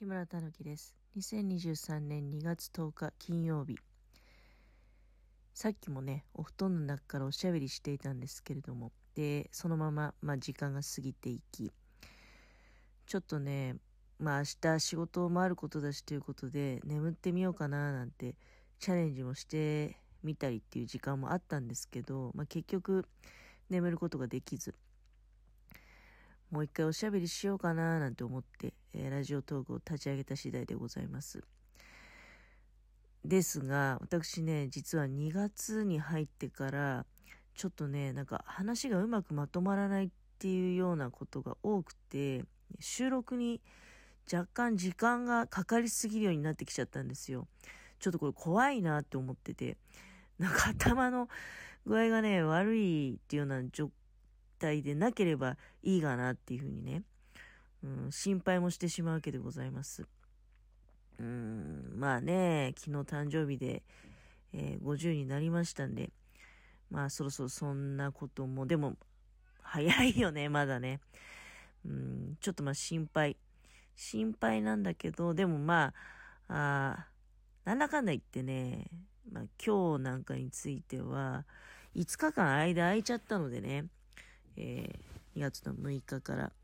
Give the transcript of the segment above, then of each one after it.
木村たぬきです。2023年2月10日金曜日。さっきもね、お布団の中からおしゃべりしていたんですけれども、で、そのまま、時間が過ぎていき、ちょっとね、明日仕事もあることだしということで、眠ってみようかななんてチャレンジもしてみたりっていう時間もあったんですけど、結局眠ることができず、もう一回おしゃべりしようかななんて思って、ラジオトークを立ち上げた次第でございます。ですが、私ね、実は2月に入ってから、ちょっとね、話がうまくまとまらないっていうようなことが多くて、収録に若干時間がかかりすぎるようになってきちゃったんですよ。ちょっとこれ怖いなって思ってて、頭の具合がね、悪いっていうような状態でなければいいかなっていうふうにね、心配もしてしまうわけでございます。昨日誕生日で、50になりましたんで、そろそろそんなことも、でも早いよね、まだね。ちょっと心配なんだけど、でもなんだかんだ言ってね、今日なんかについては、5日間間空いちゃったのでね、2月の6日から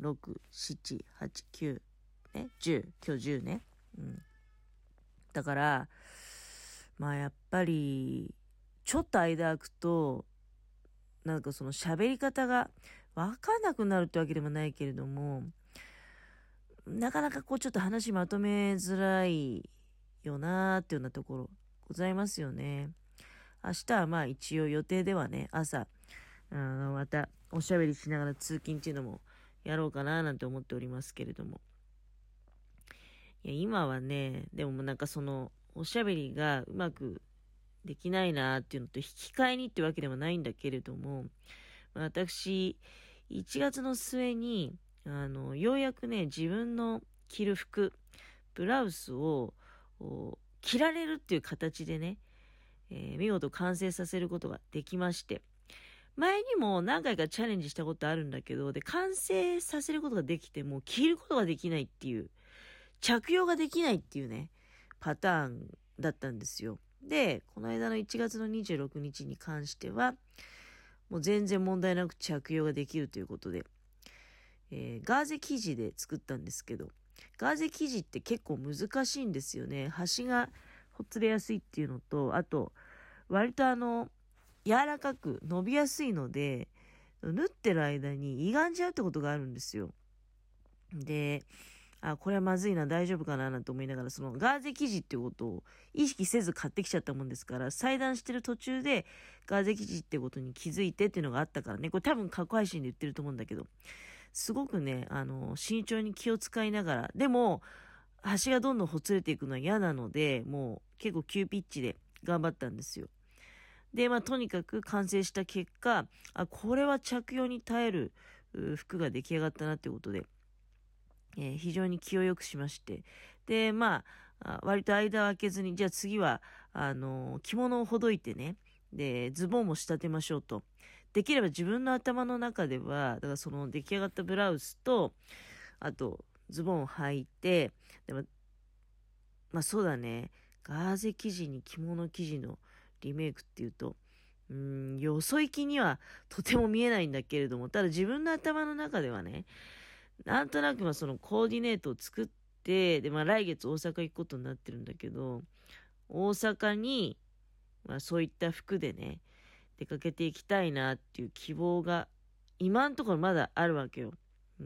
6、7、8、9、10、今日10ね。だから、やっぱり、ちょっと間空くと、その喋り方がわかんなくなるってわけでもないけれども、なかなかちょっと話まとめづらいよなーっていうようなところございますよね。明日は一応予定ではね、朝、またおしゃべりしながら通勤っていうのもやろうかななんて思っておりますけれども。いや、今はね、でもその、おしゃべりがうまくできないなっていうのと引き換えにってわけでもないんだけれども、私、1月の末に、ようやくね、自分の着る服、ブラウスを着られるっていう形でね、見事完成させることができまして、前にも何回かチャレンジしたことあるんだけど、で、完成させることができても、着ることができないっていう、着用ができないっていうね、パターンだったんですよ。で、この間の1月の26日に関しては、もう全然問題なく着用ができるということで、ガーゼ生地で作ったんですけど、ガーゼ生地って結構難しいんですよね。端がほつれやすいっていうのと、あと、割と柔らかく伸びやすいので、縫ってる間に歪んじゃうってことがあるんですよ。で、これはまずいな、大丈夫かななんて思いながら、そのガーゼ生地っていうことを意識せず買ってきちゃったもんですから、裁断してる途中でガーゼ生地ってことに気づいてっていうのがあったからね、これ多分過去配信で言ってると思うんだけど、すごくね、慎重に気を使いながら、でも、端がどんどんほつれていくのは嫌なので、もう結構急ピッチで頑張ったんですよ。で、とにかく完成した結果、これは着用に耐える服が出来上がったなっていうことで、非常に気を良くしまして、で、割と間を空けずに、じゃあ次は、着物をほどいてね、で、ズボンも仕立てましょうと。できれば自分の頭の中では、だからその出来上がったブラウスと、あと、ズボンを履いて、でも、そうだね、ガーゼ生地に着物生地のリメイクっていうと、よそ行きにはとても見えないんだけれども、ただ自分の頭の中ではね、なんとなくそのコーディネートを作って、で、来月大阪行くことになってるんだけど、大阪に、そういった服でね、出かけていきたいなっていう希望が、今のところまだあるわけよ。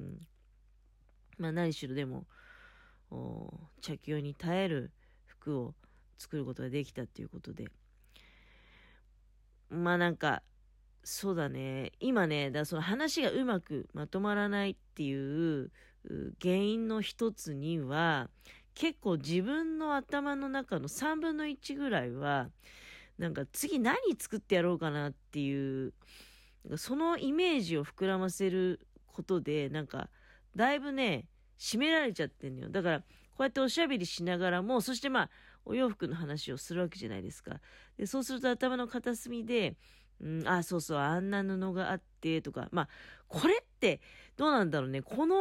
何しろでも、着用に耐える服を作ることができたっていうことで。そうだね。今ね、その話がうまくまとまらないっていう原因の一つには、結構自分の頭の中の3分の1ぐらいは、次何作ってやろうかなっていう、そのイメージを膨らませることで、だいぶね、締められちゃってんのよ。だから、こうやっておしゃべりしながらも、そしてお洋服の話をするわけじゃないですか。で、そうすると頭の片隅で、そうそう、あんな布があって、とか、これってどうなんだろうね。この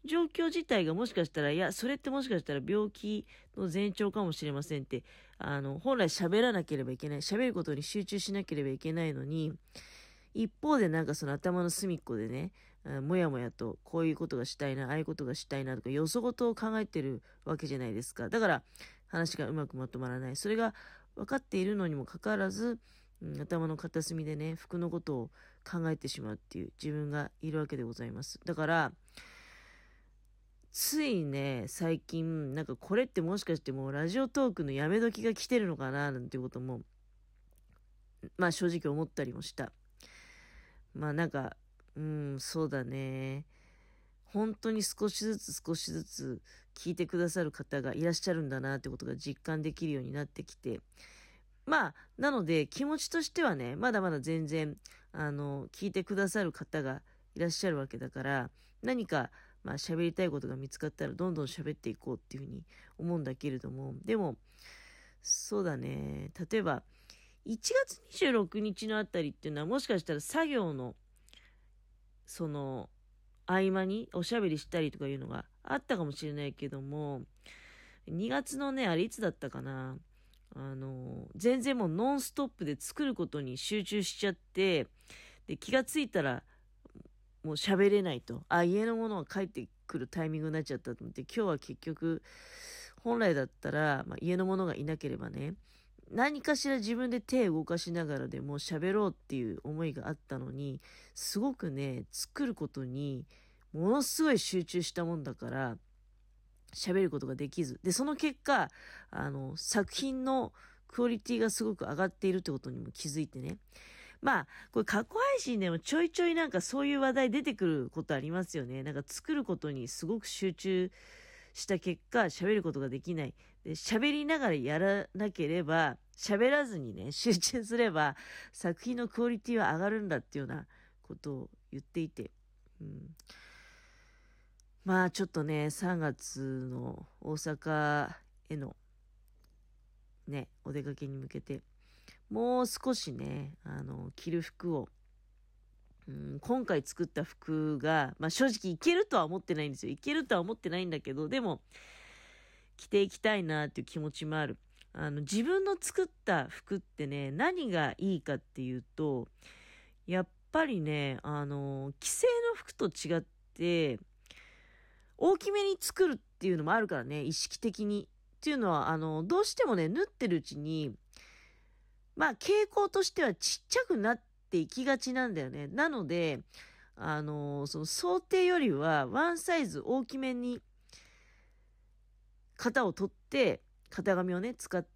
状況自体がもしかしたら、いや、それってもしかしたら病気の前兆かもしれませんって、本来喋らなければいけない、喋ることに集中しなければいけないのに、一方でなんかその頭の隅っこでね、もやもやとこういうことがしたいな、ああいうことがしたいなとか、よそごとを考えてるわけじゃないですか。だから話がうまくまとまらない。それが分かっているのにもかかわらず、頭の片隅でね、服のことを考えてしまうっていう自分がいるわけでございます。だから、ついね、最近、なんかこれってもしかしてもうラジオトークのやめ時が来てるのかな、なんていうことも、まあ正直思ったりもした。まあなんか、そうだね。本当に少しずつ少しずつ聞いてくださる方がいらっしゃるんだなってことが実感できるようになってきて、まあ、なので気持ちとしてはね、まだまだ全然、聞いてくださる方がいらっしゃるわけだから、何か、まあ喋りたいことが見つかったらどんどん喋っていこうっていうふうに思うんだけれども、でも、そうだね、例えば、1月26日のあたりっていうのはもしかしたら作業の、その、合間におしゃべりしたりとかいうのがあったかもしれないけども、2月のね、あれいつだったかな。全然もうノンストップで作ることに集中しちゃって、で、気がついたらもう喋れないと。あ、家のものが帰ってくるタイミングになっちゃったと思って、今日は結局、本来だったら、家のものがいなければね、何かしら自分で手を動かしながらでも喋ろうっていう思いがあったのに、すごくね、作ることにものすごい集中したもんだから、喋ることができず。で、その結果、作品のクオリティがすごく上がっているってことにも気づいてね。まあ、これ過去配信でもちょいちょいなんかそういう話題出てくることありますよね。なんか作ることにすごく集中した結果、喋ることができない。で、喋りながらやらなければ、喋らずにね、集中すれば、作品のクオリティは上がるんだっていうようなことを言っていて。まあちょっとね、3月の大阪へのね、お出かけに向けて、もう少しね、着る服を、今回作った服が、まあ正直いけるとは思ってないんですよ。いけるとは思ってないんだけど、でも、着ていきたいなっていう気持ちもある。自分の作った服ってね、何がいいかっていうと、やっぱりね、既製の服と違って、大きめに作るっていうのもあるからね、意識的に。っていうのは、どうしてもね、縫ってるうちに、まあ、傾向としてはちっちゃくなっていきがちなんだよね。なので、その想定よりはワンサイズ大きめに型を取って、型紙をね、使って、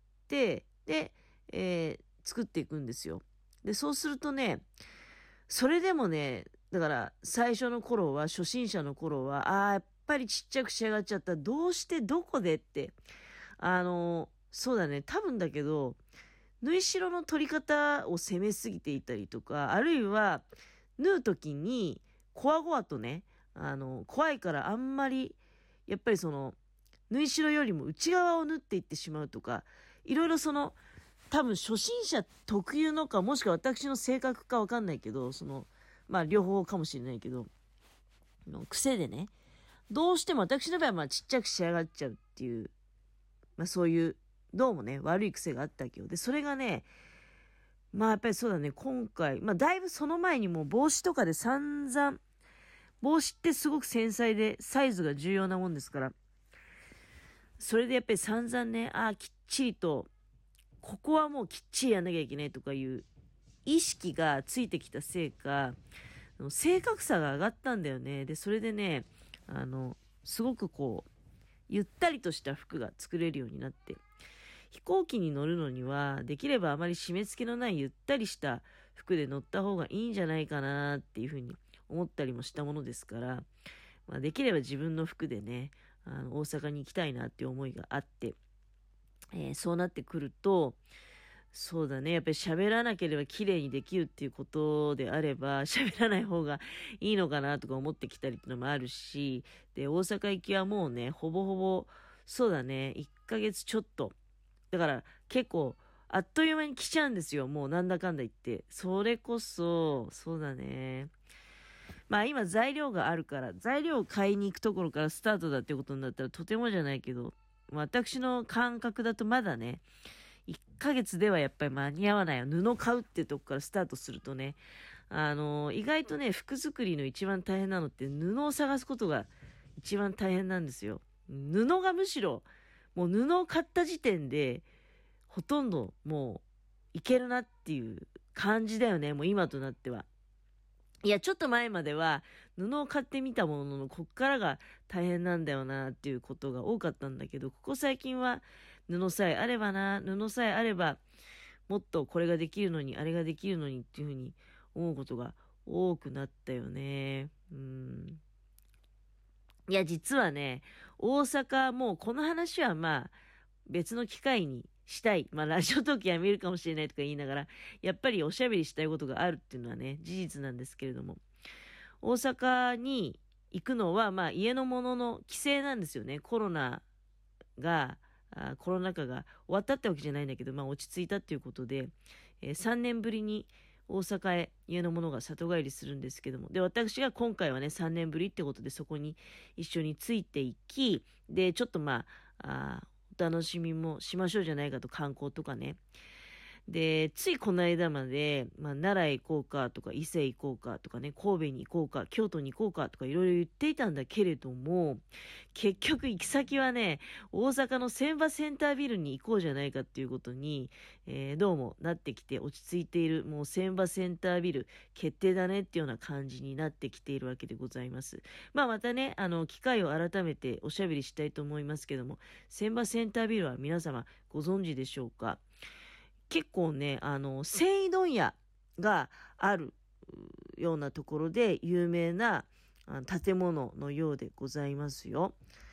で、作っていくんですよ。で、そうするとね、それでもね、だから最初の頃は、初心者の頃は、やっぱりちっちゃく仕上がっちゃった。どうしてどこでって、そうだね、多分だけど、縫い代の取り方を攻めすぎていたりとか、あるいは、縫う時に、こわごわとね、怖いからあんまり、やっぱりその、縫い代よりも内側を縫っていってしまうとか、いろいろその、多分初心者特有のか、もしくは私の性格かわかんないけど、その、まあ両方かもしれないけど、癖でね、どうしても私の場合はまあちっちゃく仕上がっちゃうっていう、まあそういう、どうもね、悪い癖があったわけよ。で、それがね、まあやっぱりそうだね、今回、まあだいぶその前にも帽子とかで散々、帽子ってすごく繊細でサイズが重要なもんですから、それでやっぱり散々ね、きっちりと、ここはもうきっちりやんなきゃいけないとかいう意識がついてきたせいか、正確さが上がったんだよね。で、それでね、すごくこう、ゆったりとした服が作れるようになって、飛行機に乗るのには、できればあまり締め付けのないゆったりした服で乗った方がいいんじゃないかなっていうふうに思ったりもしたものですから、まあ、できれば自分の服でね、大阪に行きたいなっていう思いがあって、そうなってくると、そうだね。やっぱり喋らなければ綺麗にできるっていうことであれば、喋らない方がいいのかなとか思ってきたりっていうのもあるし、で、大阪行きはもうね、ほぼほぼ、そうだね、1ヶ月ちょっと。だから結構、あっという間に来ちゃうんですよ。もうなんだかんだ言って。それこそ、そうだね。 まあ今材料があるから、材料を買いに行くところからスタートだってことになったらとてもじゃないけど、私の感覚だとまだね、1ヶ月ではやっぱり間に合わないよ。布買うっていうとこからスタートするとね、意外とね、服作りの一番大変なのって布を探すことが一番大変なんですよ。布がむしろ、もう布を買った時点で、ほとんどもういけるなっていう感じだよね、もう今となっては。いや、ちょっと前までは布を買ってみたものの、こっからが大変なんだよなっていうことが多かったんだけど、ここ最近は布さえあればな、布さえあれば、もっとこれができるのに、あれができるのにっていうふうに思うことが多くなったよね。いや、実はね、大阪、もうこの話はまあ、別の機会にしたい。まあ、ラジオトークやめるかもしれないとか言いながら、やっぱりおしゃべりしたいことがあるっていうのはね、事実なんですけれども、大阪に行くのは、まあ、家のものの規制なんですよね。コロナ禍が終わったってわけじゃないんだけど、まあ、落ち着いたっていうことで、3年ぶりに大阪へ家の者が里帰りするんですけども、で、私が今回はね、3年ぶりってことで、そこに一緒についていき、で、ちょっとまあ、お楽しみもしましょうじゃないかと、観光とかね。で、ついこの間まで、まあ、奈良へ行こうかとか、伊勢行こうかとかね、神戸に行こうか、京都に行こうかとかいろいろ言っていたんだけれども、結局行き先はね、大阪の千葉センタービルに行こうじゃないかっていうことに、どうもなってきて落ち着いている、もう千葉センタービル決定だねっていうような感じになってきているわけでございます。まあまたね、機会を改めておしゃべりしたいと思いますけども、千葉センタービルは皆様ご存知でしょうか？結構ね、繊維問屋があるようなところで有名な建物のようでございますよ。